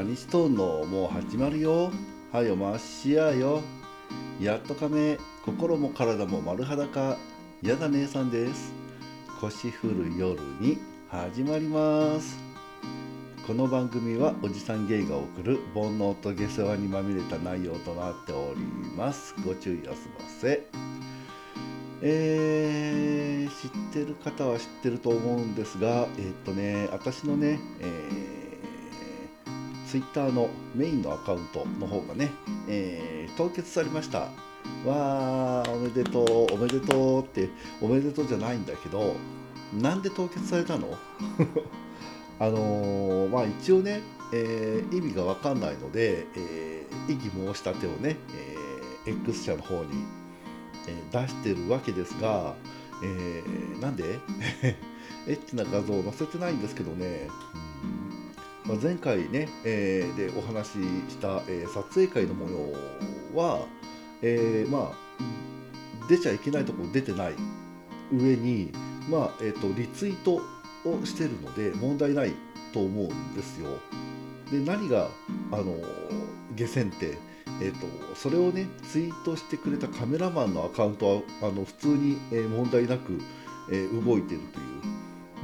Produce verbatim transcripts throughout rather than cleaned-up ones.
何しとんの、もう始まるよ。はよまっしやよ。やっとかめ、心も体も丸裸。やだ姉さんです。腰振る夜に始まります。この番組はおじさんゲイが送る煩悩と下世話にまみれた内容となっております。ご注意あすませ。えー、知ってる方は知ってると思うんですが、えーっとね、私のね、えー、ツイッターのメインのアカウントの方がね、えー凍結されました。わー、おめでとう、おめでとうって、おめでとうじゃないんだけど、なんで凍結されたの？あのーまあ一応ね、えー意味がわかんないので、えー異議申し立てをね、えー X 社の方にえー出してるわけですが、えーなんでエッチな画像を載せてないんですけどね、うんまあ、前回ね、えーでお話しした、えー撮影会の模様は、えーまあ、出ちゃいけないところ出てない上に、まあえー、とリツイートをしてるので問題ないと思うんですよ。で何があの下船って、えー、とそれをねツイートしてくれたカメラマンのアカウントはあの普通に、えー問題なく、えー動いてるという、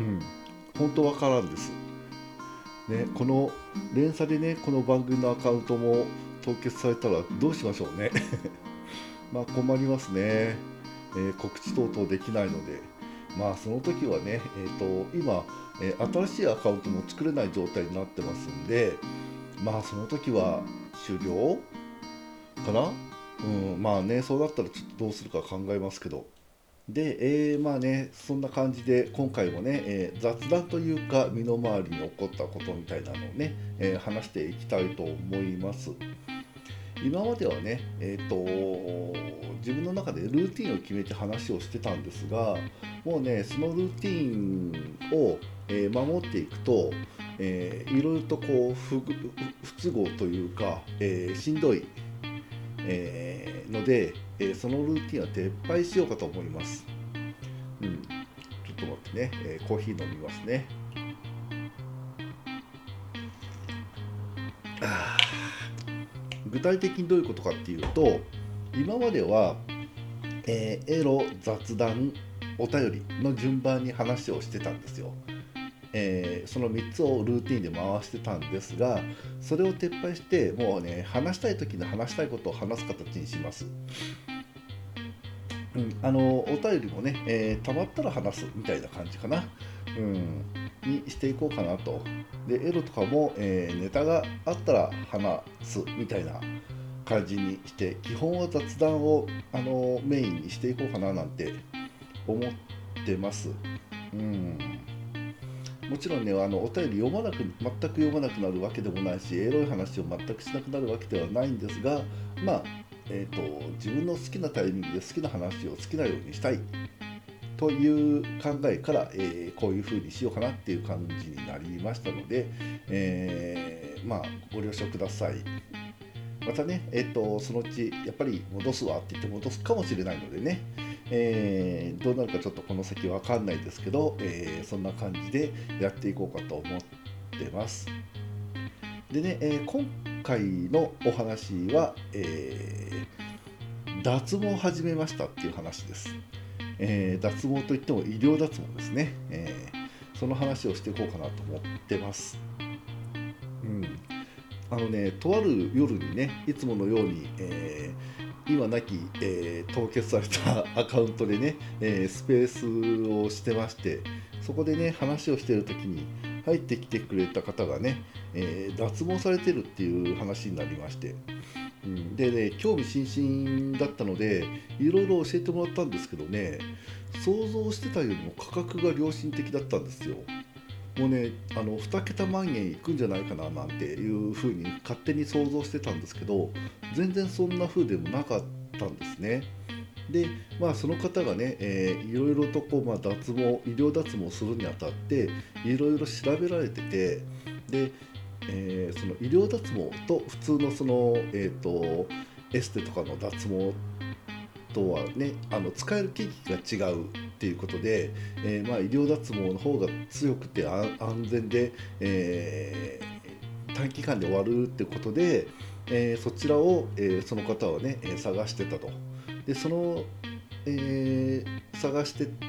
うん、本当わからんです、ね、この連鎖でねこの番組のアカウントも凍結されたらどうしましょうね。まあ困りますね、えー告知等々できないので、まあその時はね、えー、と今、えー新しいアカウントも作れない状態になってますんで、まあその時は終了かな。うん、まあね、そうだったらちょっとどうするか考えますけど。で、えーまあね、そんな感じで今回もね、えー雑談というか身の回りに起こったことみたいなのをね、えー話していきたいと思います。今まではね、えーと、自分の中でルーティンを決めて話をしてたんですが、もうね、そのルーティンを、えー守っていくと、えーいろいろとこう不不都合というか、えーしんどい、えーので、えーそのルーティンは撤廃しようかと思います。うん、ちょっと待ってね、えーコーヒー飲みますね。具体的にどういうことかっていうと、今までは、えーエロ、雑談、お便りの順番に話をしてたんですよ。えーそのみっつをルーティンで回してたんですが、それを撤廃してもうね、話したい時に話したいことを話す形にします。うん、あのお便りもね、えー溜まったら話すみたいな感じかな、うん、にしていこうかなと。でエロとかも、えーネタがあったら話すみたいな感じにして、基本は雑談をあのメインにしていこうかななんて思ってます。うん、もちろんね、あのお便り読まなく全く読まなくなるわけでもないし、エロい話を全くしなくなるわけではないんですが、まあ、えー、と自分の好きなタイミングで好きな話を好きなようにしたいという考えから、えーこういう風にしようかなっていう感じになりましたので、えーまあご了承ください。またね、えっと、そのうちやっぱり戻すわって言って戻すかもしれないのでね、えーどうなるかちょっとこの先わかんないですけど、えーそんな感じでやっていこうかと思ってます。でね、えー今回のお話は、えー脱毛を始めましたっていう話です。えー脱毛といっても医療脱毛ですね、えーその話をしていこうかなと思ってます。うん、あのね、とある夜にね、いつものように、えー今なき、えー凍結されたアカウントでね、えースペースをしてまして、そこでね、話をしている時に入ってきてくれた方がね、えー脱毛されてるっていう話になりまして、うん、でね、興味津々だったので、いろいろ教えてもらったんですけどね、想像してたよりも価格が良心的だったんですよ。もうね、あのに桁万円いくんじゃないかななんていうふうに勝手に想像してたんですけど、全然そんな風でもなかったんですね。で、まあ、その方がね、えーいろいろとこう、まあ、脱毛医療脱毛するにあたっていろいろ調べられてて、で、えーその医療脱毛と普通のその、えーとエステとかの脱毛とはね、あの使える機器が違うっていうことで、えーまあ、医療脱毛の方が強くて安安全で、えー短期間で終わるってことで、えーそちらを、えーその方はね、えー探してたと。でその、えー探してって、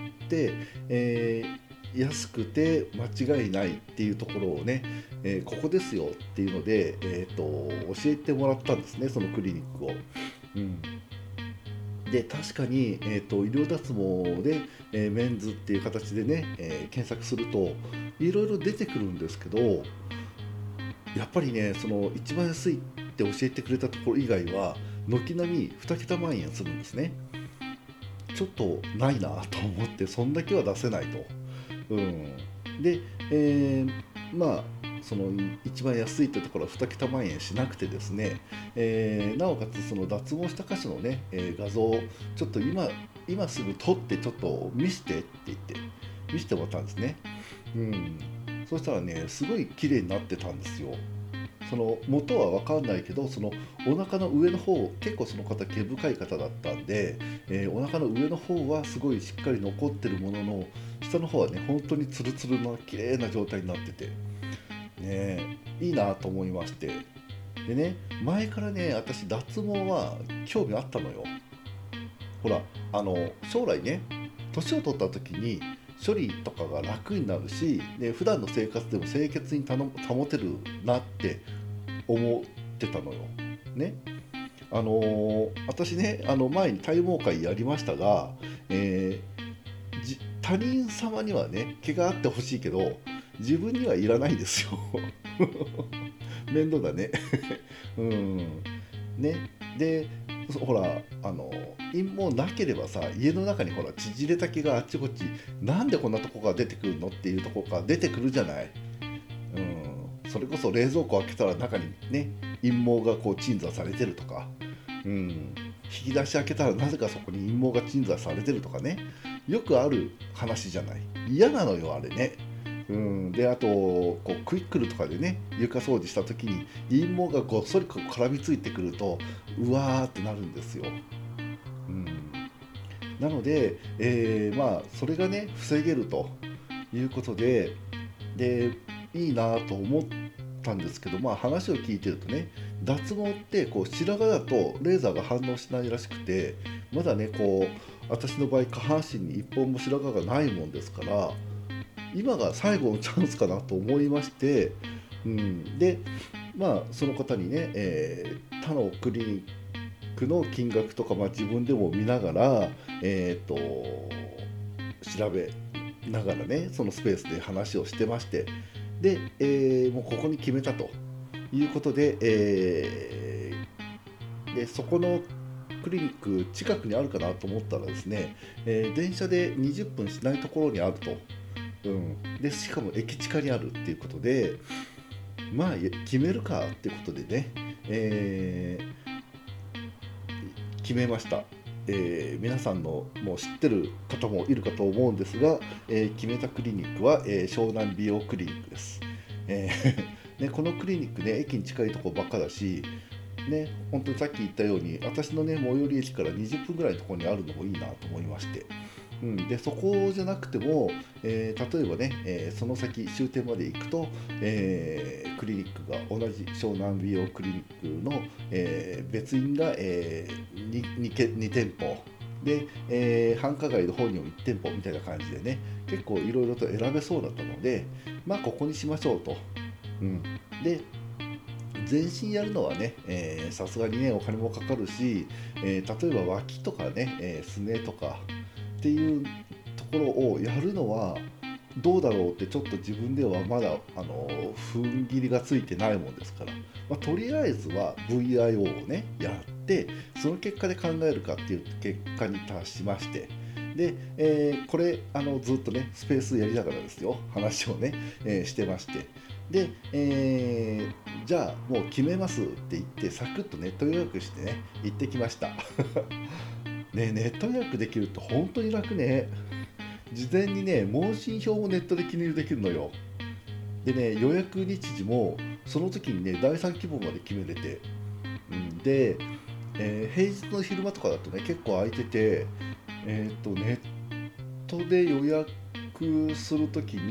えー安くて間違いないっていうところをね、えーここですよっていうので、えーと教えてもらったんですね、そのクリニックを。うん、で確かに、えーと、医療脱毛で、えーメンズっていう形でね、えー検索するといろいろ出てくるんですけど、やっぱりね、その一番安いって教えてくれたところ以外は軒並みに桁万円するんですね。ちょっとないなと思って、そんだけは出せないと。うん、で、えーまあその一番安いってところはに桁万円しなくてですね、えーなおかつその脱毛した箇所のね、えー画像をちょっと今今すぐ撮ってちょっと見せてって言って見せてもらったんですね。うん、そしたらね、すごい綺麗になってたんですよ。その元は分かんないけど、そのお腹の上の方、結構その方毛深い方だったんで、えーお腹の上の方はすごいしっかり残ってるものの、下の方はね本当にツルツルな綺麗な状態になっててね、いいなと思いまして。でね、前からね私脱毛は興味あったのよ。ほら、あの将来ね、年を取った時に処理とかが楽になるし、で普段の生活でも清潔にたの保てるなって思ってたのよ。ね。あのー私ね、あの前に体毛会やりましたが、えーじ他人様にはね毛があってほしいけど自分にはいらないですよ。面倒だね。うんね。でそほら、あの陰毛なければさ、家の中にほら縮れた毛があっちこっち、なんでこんなとこが出てくるのっていうとこが出てくるじゃない。うん、それこそ冷蔵庫開けたら中にね陰毛がこう鎮座されてるとか、うん、引き出し開けたらなぜかそこに陰毛が鎮座されてるとかね、よくある話じゃない。嫌なのよあれね。うん、であとこうクイックルとかでね床掃除した時に陰毛がごっそりこう絡みついてくるとうわーってなるんですよ。うん、なので、えーまあそれがね防げるということで、でいいなと思ったんですけど、まあ話を聞いてるとね、脱毛ってこう白髪だとレーザーが反応しないらしくて、まだねこう私の場合下半身に一本も白髪がないもんですから、今が最後のチャンスかなと思いまして、うん、でまあその方にね、えー他のクリニックの金額とか、まあ、自分でも見ながら、えー、と調べながらねそのスペースで話をしてまして、で、えーもうここに決めたということで、えーでそこのクリニック近くにあるかなと思ったらですね、えー電車でにじゅっぷんしないところにあると。うん、でしかも駅近にあるっていうことで、まあ決めるかってことでね、えー決めました。えー皆さんのもう知ってる方もいるかと思うんですが、えー決めたクリニックは、えー湘南美容クリニックです。えーね、このクリニックね、駅に近いところばっかだし、ね、本当にさっき言ったように私のね最寄り駅からにじゅっぷんぐらいのところにあるのもいいなと思いまして、うん、でそこじゃなくても、えー例えばね、えーその先終点まで行くと、えークリニックが同じ湘南美容クリニックの、えー別院が、えー、に 2, けに店舗で、えー繁華街の方にもいち店舗みたいな感じでね、結構いろいろと選べそうだったので、まあここにしましょうと。うん、で全身やるのはね、さすがにねお金もかかるし、えー例えば脇とかね、えーすねとかっていうところをやるのはどうだろうってちょっと自分ではまだあの踏ん切りがついてないもんですから、まあ、とりあえずは ブイアイオー をねやって、その結果で考えるかっていう結果に達しまして、で、えーこれあのずっとねスペースやりながらですよ話をね、えーしてまして、で、えーじゃあもう決めますって言ってサクッとネット予約してね行ってきました。ね、ネット予約できると本当に楽ね。事前にね問診票もネットで記入できるのよ。でね、予約日時もその時にねだいさん希望まで決めれて、うん、で、えー平日の昼間とかだとね結構空いてて、えーっとネットで予約するときに、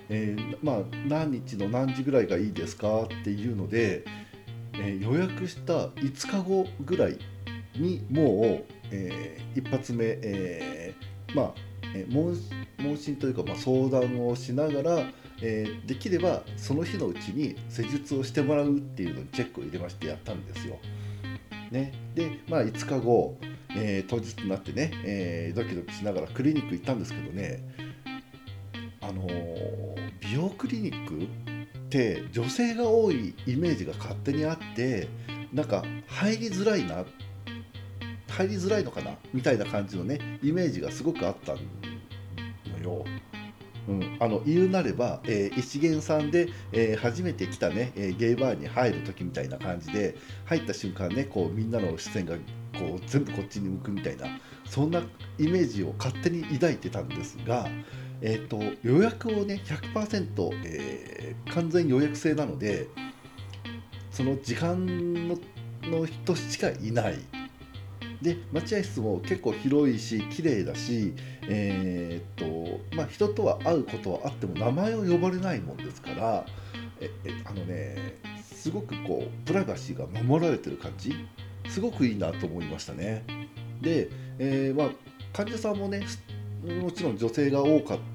えーまあ、何日の何時ぐらいがいいですかっていうので、えー予約したいつかごぐらいにもう、えー一発目、えーまあ、えー問問診というか、まあ、相談をしながら、えーできればその日のうちに施術をしてもらうっていうのにチェックを入れましてやったんですよ。ね、で、まあ、いつかご、えー当日になってね、えードキドキしながらクリニック行ったんですけどね、あのー美容クリニックって女性が多いイメージが勝手にあって、なんか入りづらいな、入りづらいのかなみたいな感じのねイメージがすごくあったのよ。うん、あの言うなれば、えー一元さんで、えー初めて来たね、えーゲイバーに入る時みたいな感じで入った瞬間ね、こうみんなの視線がこう全部こっちに向くみたいな、そんなイメージを勝手に抱いてたんですが、えー、と予約をねひゃくパーセント、えー完全予約制なので、その時間のの人しかいない。で待合室も結構広いし綺麗だし、えーっとまあ、人とは会うことはあっても名前を呼ばれないもんですから、ええあのねすごくこうプライバシーが守られてる感じ、すごくいいなと思いましたね。で、えーまあ、患者さんもねもちろん女性が多かった。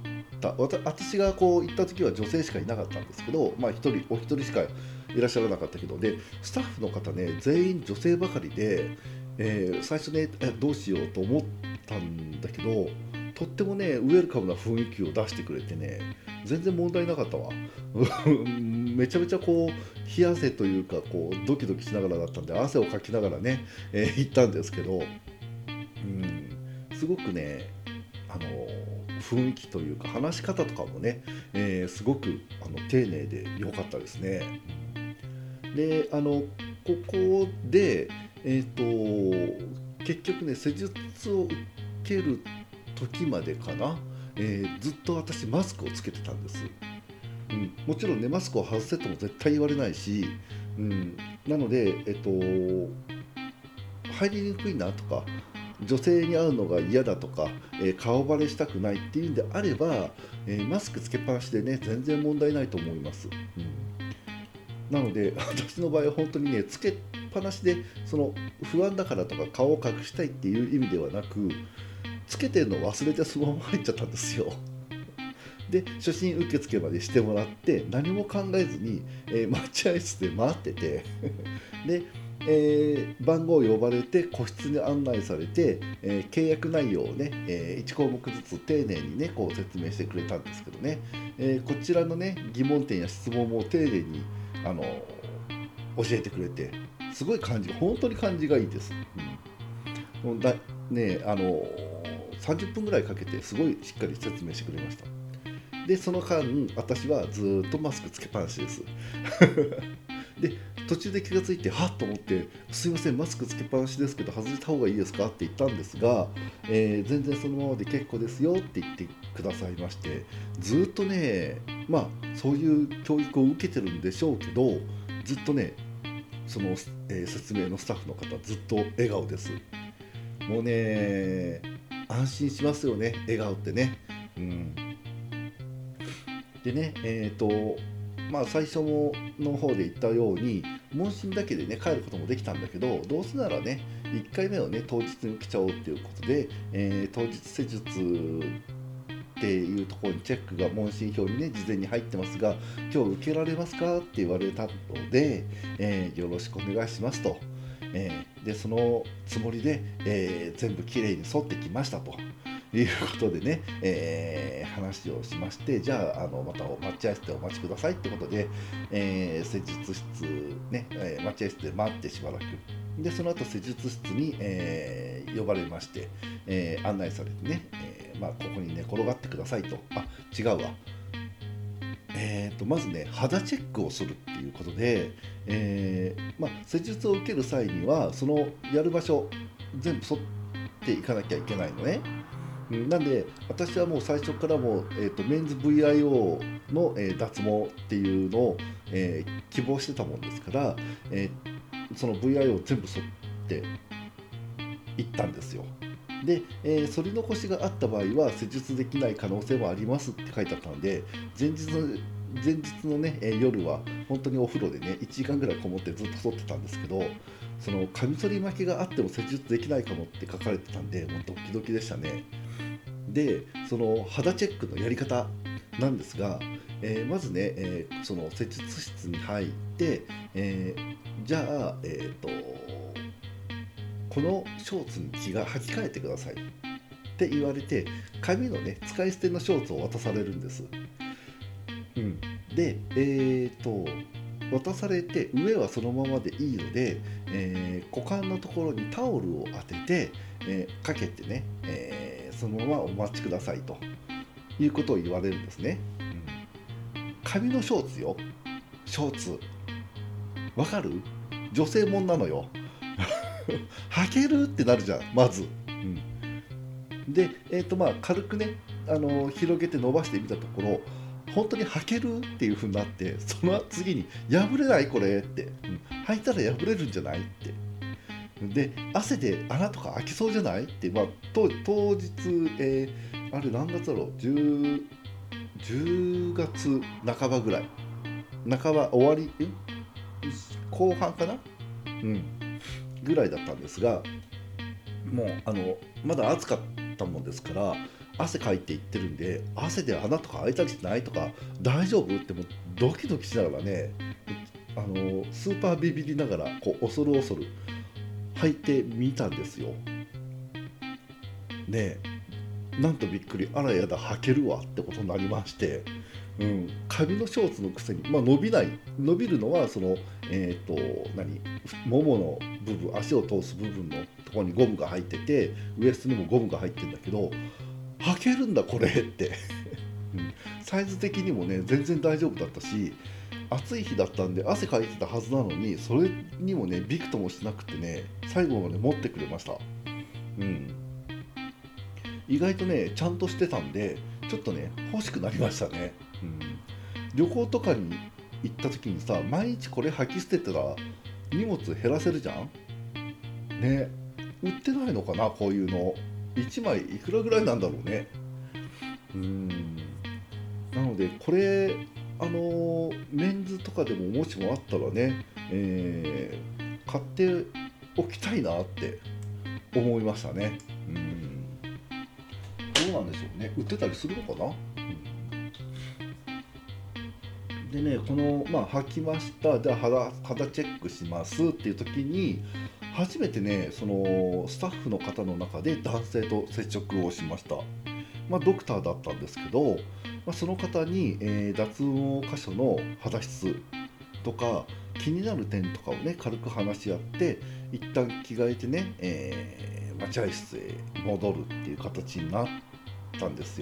わた私がこう行った時は女性しかいなかったんですけど、まあ、一人お一人しかいらっしゃらなかったけど、でスタッフの方ね全員女性ばかりで、えー最初ねえどうしようと思ったんだけど、とってもねウェルカムな雰囲気を出してくれてね、全然問題なかったわ。めちゃめちゃこう冷や汗というかこうドキドキしながらだったんで汗をかきながらね、えー行ったんですけど、うん、すごくねあの雰囲気というか話し方とかもね、えーすごくあの丁寧で良かったですね。であのここで、えー、と結局ね施術を受ける時までかな、えーずっと私マスクをつけてたんです。うん、もちろんねマスクを外せとも絶対言われないし、うん、なので、えっと、入りにくいなとか女性に会うのが嫌だとか、えー顔バレしたくないっていうんであれば、えーマスクつけっぱなしでね全然問題ないと思います。うん、なので私の場合は本当にねつけっぱなしで、その不安だからとか顔を隠したいっていう意味ではなく、つけてるのを忘れてそのまま入っちゃったんですよ。で初診受付までしてもらって何も考えずに、えー待合室で待っててで、えー番号を呼ばれて個室に案内されて、えー契約内容をね、えーいち項目ずつ丁寧にねこう説明してくれたんですけどね、えーこちらのね疑問点や質問も丁寧にあの教えてくれて、すごい感じ本当に感じがいいです。うん、もうだねあのさんじゅっぷんぐらいかけてすごいしっかり説明してくれました。でその間私はずっとマスクつけっぱなしです。で途中で気がついてはっと思って「すいませんマスクつけっぱなしですけど外した方がいいですか?」って言ったんですが、えー全然そのままで結構ですよって言ってくださいまして、ずっとねまあそういう教育を受けてるんでしょうけど、ずっとねその、えー説明のスタッフの方ずっと笑顔です。もうね安心しますよね笑顔ってね。うん、でね、えーとまあ、最初の方で言ったように問診だけでね帰ることもできたんだけど、どうせならねいっかいめをね当日に受けちゃおうっていうことで、えー当日施術っていうところにチェックが問診票にね事前に入ってますが、今日受けられますかって言われたので、えーよろしくお願いしますと、えーでそのつもりで、えー全部きれいに沿ってきましたということでね、えー話をしまして、じゃあ、あのまた待合室でお待ちくださいってことで、えー施術室、ねえー待合室で待ってしばらく、でその後施術室に、えー呼ばれまして、えー案内されてね、えーまあ、ここに寝転がってくださいと、あ違うわ、えー、とまずね肌チェックをするっていうことで、えーまあ、施術を受ける際にはそのやる場所全部沿っていかなきゃいけないのね。うんなんで私はもう最初からもう、えー、とメンズ ブイアイオー の、えー脱毛っていうのを、えー希望してたもんですから、えーその ブイアイオー 全部沿っていったんですよ。 で、えー、反り残しがあった場合は施術できない可能性もありますって書いてあったので、前日の前日のね、えー夜は本当にお風呂でねいちじかんぐらいこもってずっと剃ってたんですけど、そのカミソリ負けがあっても施術できないかもって書かれてたんで、もうドキドキでしたね。で、その肌チェックのやり方なんですが、えーまずね、えーその施術室に入って、えーじゃあ、えーとこのショーツに着が履き替えてくださいって言われて、紙のね使い捨てのショーツを渡されるんです。うん、で、えーと渡されて、上はそのままでいいので、えー股間のところにタオルを当てて、えーかけてね、えーそのままお待ちくださいということを言われるんですね。うん、紙のショーツよ、ショーツ、わかる？女性もんなのよ。履けるってなるじゃん、まず。うん、で、えーとまあ、軽くね、あの広げて伸ばしてみたところ、本当に履けるっていう風になって、その次に破れないこれって、うん、履いたら破れるんじゃないって、で汗で穴とか開きそうじゃないって、まあ、当当日、えーあれ何月だろう、じゅう、じゅうがつなかばぐらい、半ば終わりん後半かな、うん、ぐらいだったんですが、もうあのまだ暑かったもんですから、汗かいていってるんで、汗で穴とか開いたりしないとか、大丈夫ってもうドキドキしながらね、あのスーパービビりながらこう恐る恐る履いてみたんですよ。ねえ、なんとびっくり、あらやだ履けるわってことになりまして、うん、カビのショーツのくせに、まあ、伸びない、伸びるのはその、えっ、と何、ももの部分、足を通す部分のところにゴムが入ってて、ウエストにもゴムが入ってるんだけど、履けるんだこれって、うん、サイズ的にもね全然大丈夫だったし、暑い日だったんで汗かいてたはずなのに、それにもねびくともしなくてね、最後まで持ってくれました。うん、意外とねちゃんとしてたんで、ちょっとね欲しくなりましたね。うん、旅行とかに行った時にさ、毎日これ履き捨てたら荷物減らせるじゃんね。売ってないのかなこういうの、いちまいいくらぐらいなんだろうね。うん、なのでこれ、あのーメンズとかでももしもあったらね、えー買っておきたいなって思いましたね。うん、どうなんでしょうね、売ってたりするのかな。でね、この、まあ、履きました、じゃあ肌、肌チェックしますっていう時に、初めてね、そのスタッフの方の中で男性と接触をしました。まあ、ドクターだったんですけど、まあ、その方に、えー脱毛箇所の肌質とか気になる点とかをね軽く話し合って、一旦着替えてね、えー待合室へ戻るっていう形になったんですよ。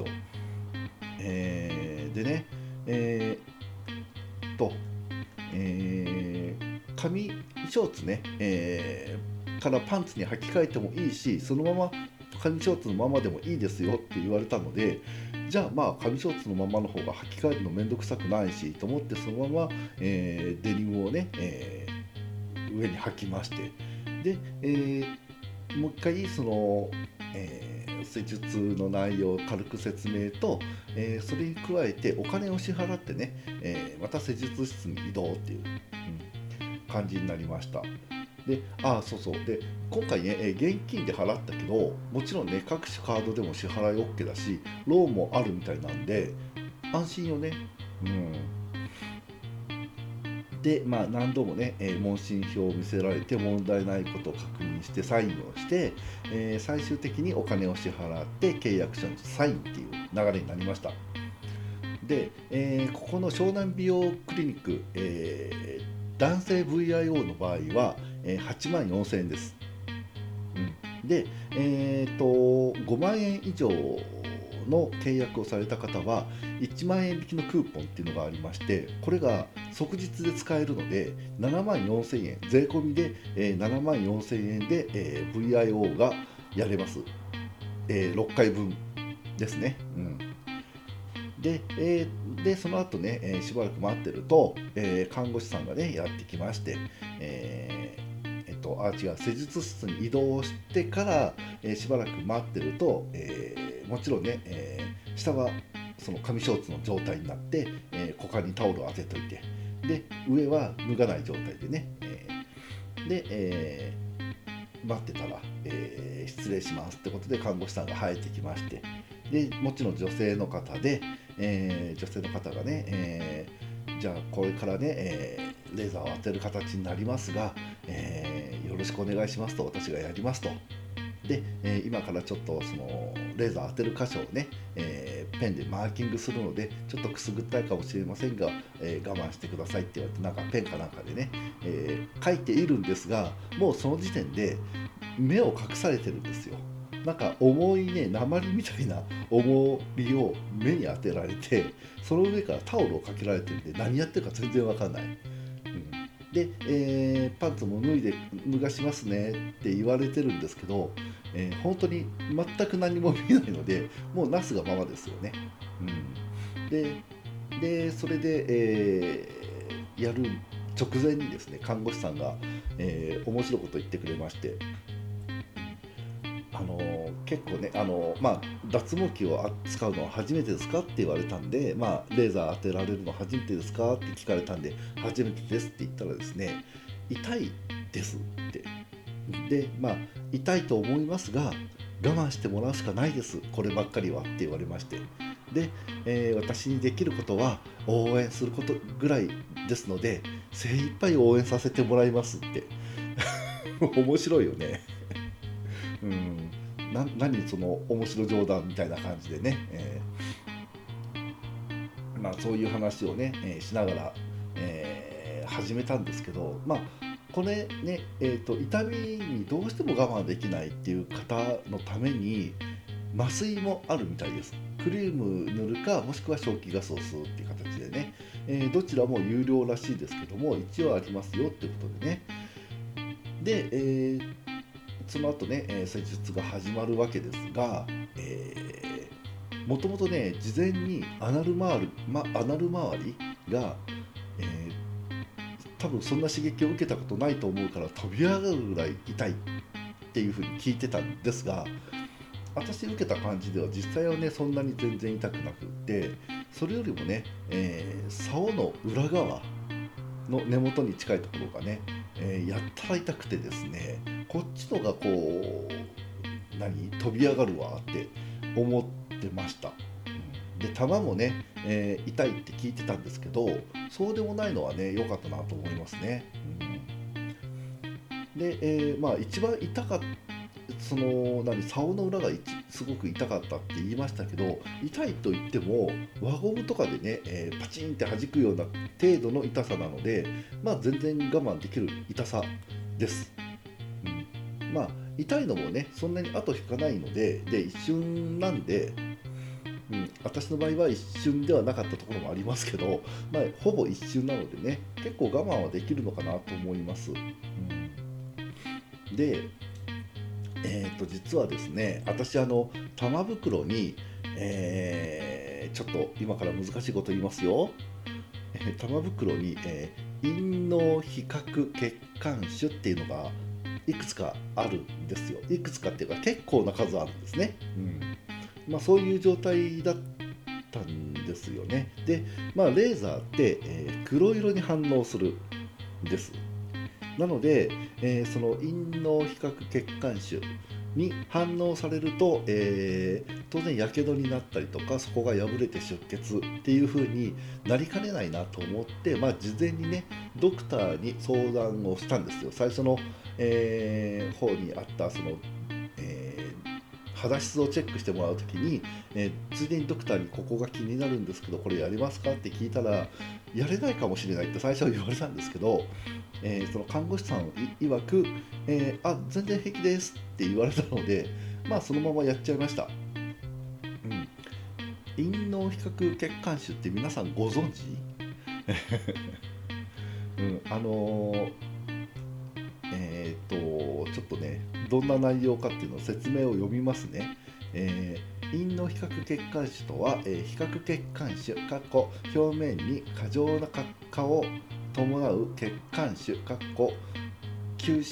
えーでね、えーっと、えー紙ショーツね、えーからパンツに履き替えてもいいし、そのまま紙ショーツのままでもいいですよって言われたので、じゃあまあ紙ショーツのままの方が履き替えるのめんどくさくないしと思って、そのまま、えーデニムをね、えー上に履きまして、で、えーもう一回その、えー施術の内容を軽く説明と、えーそれに加えてお金を支払ってね、えーまた施術室に移動っていう、うん、感じになりました。で、ああ、そうそう。で、今回ね、えー現金で払ったけど、もちろんね、各種カードでも支払い OK だし、ローンもあるみたいなんで、安心よね。うん。で、まあ、何度もね、えー問診票を見せられて問題ないことを確認してサインをして、えー最終的にお金を支払って契約書にサインっていう流れになりました。で、えーここの湘南美容クリニック、えー男性 ブイアイオー の場合は、えーはちまんよんせんえんです。うん、で、えーとごまん円以上の契約をされた方はいちまん円引きのクーポンっていうのがありまして、これが即日で使えるのでななまんよんせんえん、税込みで、えーななまんよんせんえんで、えー ブイアイオー がやれます。えーろっかいぶんですね。うん、で、えーでその後ね、えーしばらく待ってると、えー看護師さんがねやってきまして、えーえっとあ違う施術室に移動してから、えーしばらく待ってると、えーもちろんね、えー下はその紙ショーツの状態になって、えー股間にタオルを当てといて、で上は脱がない状態でね、えーで、えー待ってたら、えー失礼しますってことで看護師さんが入ってきまして、でもちろん女性の方で、えー女性の方がね、えーじゃあこれからね、えーレーザーを当てる形になりますが、えーよろしくお願いしますと、私がやりますと。で、えー今からちょっとそのレーザー当てる箇所をね、えーペンでマーキングするのでちょっとくすぐったいかもしれませんが、えー我慢してくださいって言われて、なんかペンかなんかでね、えー書いているんですが、もうその時点で目を隠されてるんですよ。なんか重いね鉛みたいな重りを目に当てられて、その上からタオルをかけられてるんで何やってるか全然わかんない。うん、で、えーパンツも脱いで脱がしますねって言われてるんですけど、えー本当に全く何も見えないので、もうなすがままですよね。うん、ででそれで、えーやる直前にですね、看護師さんが、えー面白いことを言ってくれまして、あの結構ね、あのまあ、脱毛器を使うのは初めてですかって言われたんで、まあ、レーザー当てられるの初めてですかって聞かれたんで、初めてですって言ったらですね、痛いですって。で、まあ、痛いと思いますが、我慢してもらうしかないです、こればっかりはって言われまして。で、えー私にできることは応援することぐらいですので、精一杯応援させてもらいますって。面白いよね。うん、な何その面白冗談みたいな感じでね、えーまあ、そういう話をね、えーしながら、えー始めたんですけど、まあこれね、えーと痛みにどうしても我慢できないっていう方のために麻酔もあるみたいです。クリーム塗るか、もしくは消気ガスを吸うっていう形でね、えーどちらも有料らしいですけども、一応ありますよっていうことでね。で、えーその後ね、えー施術が始まるわけですが、えー、もともとね、事前にアナル周り、ま、アナル周りが、えー多分そんな刺激を受けたことないと思うから飛び上がるぐらい痛いっていうふうに聞いてたんですが、私受けた感じでは実際はね、そんなに全然痛くなくって、それよりもね、えー、竿の裏側の根元に近いところがね、えーやったら痛くてですね、こっちのがこう何飛び上がるわって思ってました。うんで球もね、えー痛いって聞いてたんですけど、そうでもないのはね良かったなと思いますね。うんで、えーまあ一番痛かったその何竿の裏が一すごく痛かったって言いましたけど、痛いと言っても輪ゴムとかでね、えーパチンって弾くような程度の痛さなので、まあ全然我慢できる痛さです。うん、まあ痛いのもねそんなに後引かないので、で一瞬なんで、うん、私の場合は一瞬ではなかったところもありますけど、まあ、ほぼ一瞬なのでね、結構我慢はできるのかなと思います。うん、で、えー、と実はですね、私あの玉袋に、えーちょっと今から難しいこと言いますよ。えー玉袋に、えー陰嚢比較血管種っていうのがいくつかあるんですよ。いくつかっていうか結構な数あるんですね。うんまあ、そういう状態だったんですよね。で、まあ、レーザーって、えー黒色に反応するんです。なので、えーその陰嚢比較血管種に反応されると、えー当然やけどになったりとか、そこが破れて出血っていう風になりかねないなと思って、まあ、事前にねドクターに相談をしたんですよ。最初の、えー方にあったその、えー肌質をチェックしてもらうときに、えーついでにドクターにここが気になるんですけどこれやりますかって聞いたら、やれないかもしれないって最初は言われたんですけど、えーその看護師さんいわく、えーあ全然平気ですって言われたので、まあそのままやっちゃいました。うん、陰嚢比較血管腫って皆さんご存知？うん、あのーえーっとちょっとね、どんな内容かっていうのを説明を読みますね。えー陰嚢比較血管腫とは、えー比較血管腫かっこ表面に過剰な角化を伴う血管腫かっこ球心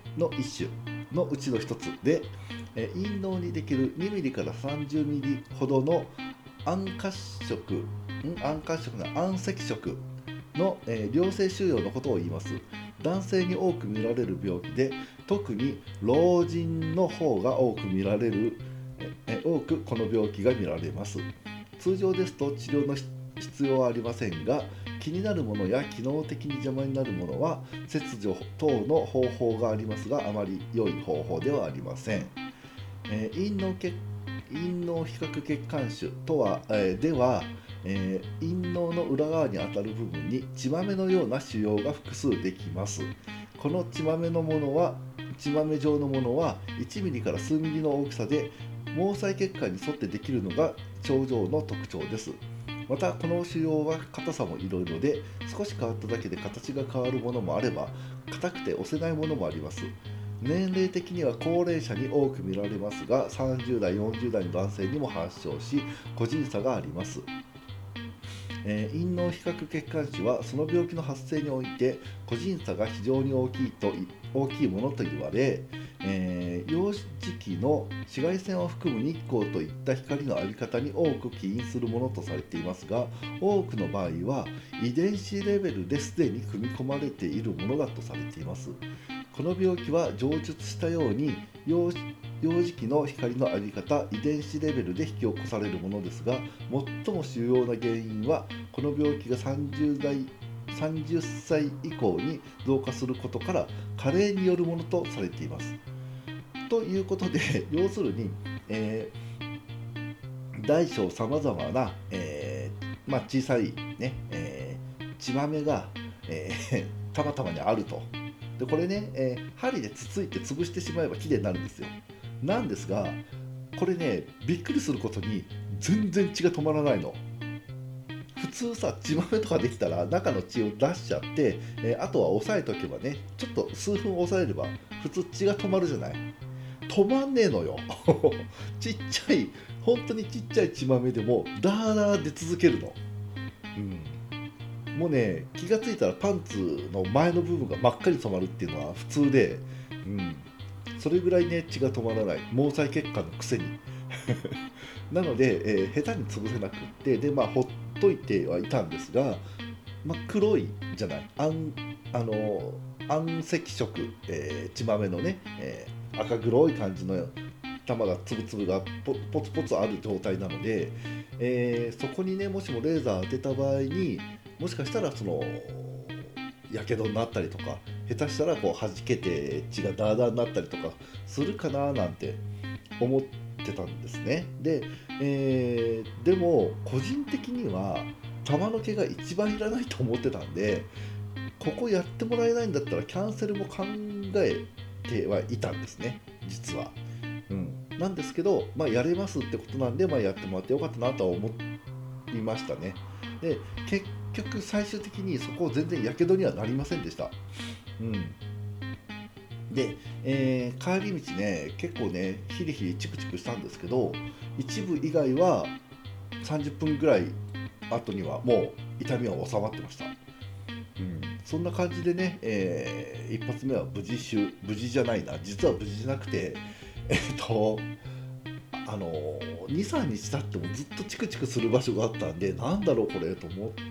の一種のうちの一つで、えー、陰嚢にできるにミリからさんじゅうミリほどの暗褐色ん暗褐色な暗赤色の、えー、良性腫瘍のことを言います。男性に多く見られる病気で、特に老人の方が多く見られる、え多くこの病気が見られます。通常ですと治療の必要はありませんが、気になるものや機能的に邪魔になるものは切除等の方法がありますが、あまり良い方法ではありません。えー、陰嚢血陰嚢比較血管腫とは、えー、では、えー、陰嚢の裏側にあたる部分に血豆のような腫瘍が複数できます。この血豆のものは血豆状のものはいちミリから数ミリの大きさで、毛細血管に沿ってできるのが症状の特徴です。またこの腫瘍は硬さもいろいろで、少し変わっただけで形が変わるものもあれば、硬くて押せないものもあります。年齢的には高齢者に多く見られますが、さんじゅう代よんじゅう代の男性にも発症し、個人差があります。えー、陰嚢比較血管腫はその病気の発生において個人差が非常に大きいと大きいものと言われ、えー、幼児期の紫外線を含む日光といった光の浴び方に多く起因するものとされていますが、多くの場合は遺伝子レベルですでに組み込まれているものだとされています。この病気は上述したように幼児期の光の浴び方、遺伝子レベルで引き起こされるものですが、最も主要な原因はこの病気がさんじゅう代さんじゅっさい以降に増加することから加齢によるものとされています。ということで、要するに、えー、大小さまざまな、えーまあ、小さい、ねえー、血豆が、えー、たまたまにあると。でこれね、えー、針でつついて潰してしまえばきれいになるんですよ。なんですが、これね、びっくりすることに全然血が止まらないの。普通さ、血豆とかできたら中の血を出しちゃって、えー、あとは押さえとけばね、ちょっと数分押さえれば普通血が止まるじゃない。止まんねえのよちっちゃい、本当にちっちゃい血豆でもダーダー出続けるの。うんもうね、気がついたらパンツの前の部分が真っ赤に染まるっていうのは普通で、うん、それぐらいね血が止まらない、毛細血管のくせになので、えー、下手に潰せなくって、でまあほっといてはいたんですが、まあ、黒いじゃない、暗あの暗赤色、えー、血豆のね、えー、赤黒い感じの玉がつぶつぶがポポツポツある状態なので、えー、そこにねもしもレーザー当てた場合に、もしかしたらそのやけどになったりとか、下手したらこう弾けて血がダーダーになったりとかするかななんて思ってたんですね。で、えー、でも個人的には玉の毛が一番いらないと思ってたんで、ここやってもらえないんだったらキャンセルも考えてはいたんですね、実は。うん、なんですけど、まあ、やれますってことなんで、まあ、やってもらってよかったなとは思いましたね。で結局最終的にそこ全然やけどにはなりませんでした。うんで、えー帰り道ね、結構ねヒリヒリチクチクしたんですけど、一部以外はさんじゅっぷんぐらい後にはもう痛みは収まってました。うん、そんな感じでね、えー一発目は無事終無事じゃないな、実は無事じゃなくて、えっとあのに、さんにち経ってもずっとチクチクする場所があったんで、なんだろうこれと思って、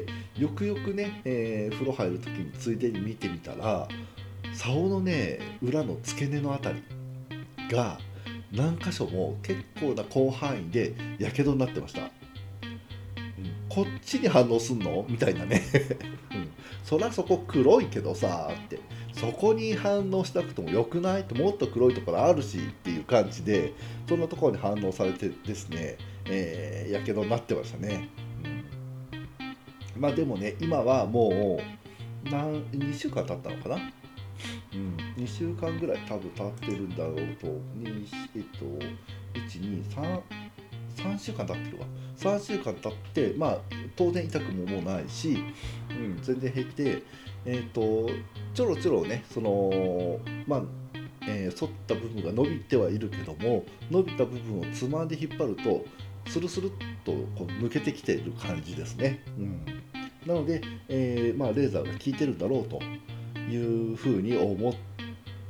よくよくね、えー風呂入る時についでに見てみたら、竿のね裏の付け根のあたりが何箇所も結構な広範囲でやけどになってました。うん、こっちに反応すんのみたいなね、うん、そりゃそこ黒いけどさって、そこに反応しなくてもよくないと、もっと黒いところあるしっていう感じで、そんなところに反応されてですね、えー、やけどになってましたね。うん、まあでもね、今はもう何にしゅうかん経ったのかな。うん、にしゅうかんぐらい多分経ってるんだろうと、にえっと、いち、に、さん、さんしゅうかん経ってるわ。さんしゅうかん経って、まあ、当然痛くももうないし、うん、全然平気で、えっと、ちょろちょろね、その、まあ、えー反った部分が伸びてはいるけども、伸びた部分をつまんで引っ張ると、スルスルっとこう抜けてきている感じですね。うん、なので、えーまあ、レーザーが効いてるんだろうというふうに思っ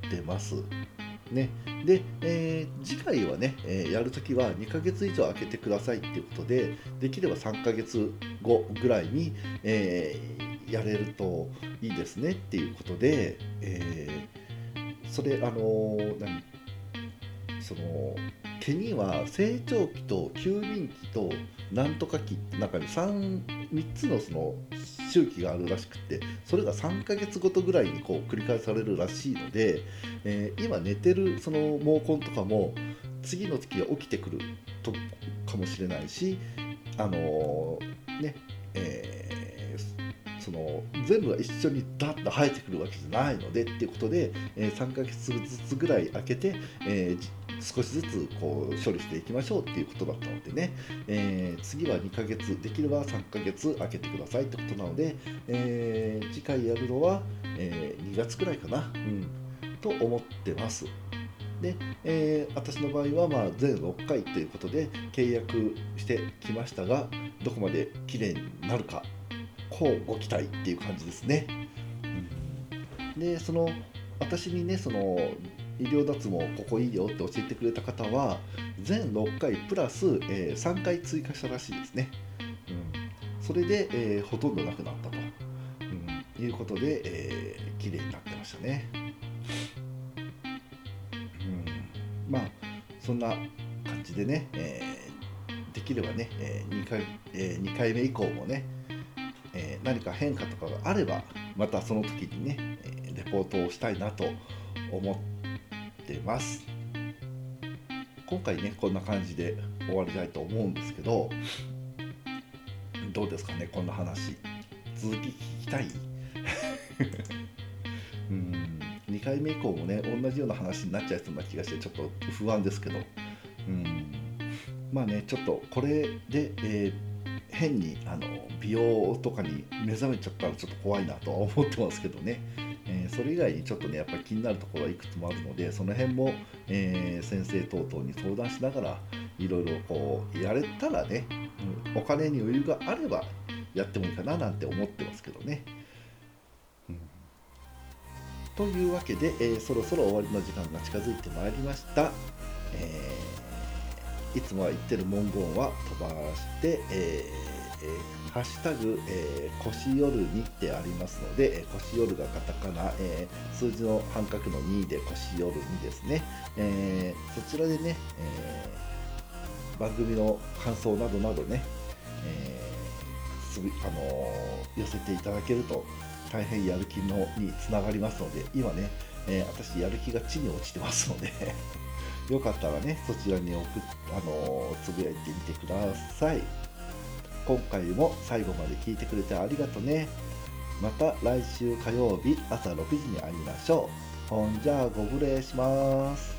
ってますね。で、えー次回はね、えーやるときはにかげつ以上空けてくださいっていうことで、できればさんかげつごぐらいに、えーやれるといいですねっていうことで、えーそれあのー何その毛には成長期と休眠期となんとか期って中に 3, 3つのその周期があるらしくって、それがさんかげつごとぐらいにこう繰り返されるらしいので、えー今寝てるその毛根とかも次の月が起きてくるとかもしれないし、あのーねえーその全部が一緒にダッと生えてくるわけじゃないのでっていうことで、えーさんかげつずつぐらい空けて、えーじ少しずつこう処理していきましょうっていうことだったのでね、えー次はにかげつできればさんかげつ空けてくださいってことなので、えー次回やるのは、えーにがつくらいかな、うん、と思ってます。で、えー私の場合はまあ全ろっかいということで契約してきましたが、どこまで綺麗になるかこうご期待っていう感じですね。うんで、その私にね、その医療脱毛ここいいよって教えてくれた方は全ろっかいプラス、えーさんかい追加したらしいですね。うん、それで、えーほとんどなくなったと、うん、いうことで、えー、綺麗になってましたね。うん、まあそんな感じでね、えーできればね、えー、にかい、えーにかいめ以降もね、えー何か変化とかがあればまたその時にね、えーレポートをしたいなと思ってます。今回ねこんな感じで終わりたいと思うんですけど、どうですかねこんな話続き聞きたいうんにかいめ以降もね同じような話になっちゃいそうな気がしてちょっと不安ですけど、うんまあねちょっとこれで、えー変にあの美容とかに目覚めちゃったらちょっと怖いなとは思ってますけどね、えーそれ以外にちょっとねやっぱり気になるところはいくつもあるので、その辺も、えー先生等々に相談しながらいろいろこうやれたらね、うんお金に余裕があればやってもいいかななんて思ってますけどね、うん、というわけで、えーそろそろ終わりの時間が近づいてまいりました。えーいつもは言ってる文言は飛ばして、えーえーハッシュタグ、えー、腰夜にってありますので、えー腰夜がカタカナ、えー数字の半角のにで腰夜にですね、えーそちらでね、えー番組の感想などなどね、えーすぐあのー寄せていただけると大変やる気のにつながりますので、今ね、えー私やる気が地に落ちてますのでよかったらねそちらに送っあのーつぶやいてみてください。今回も最後まで聞いてくれてありがとね。また来週火曜日朝ろくじに会いましょう。ほんじゃあご無礼します。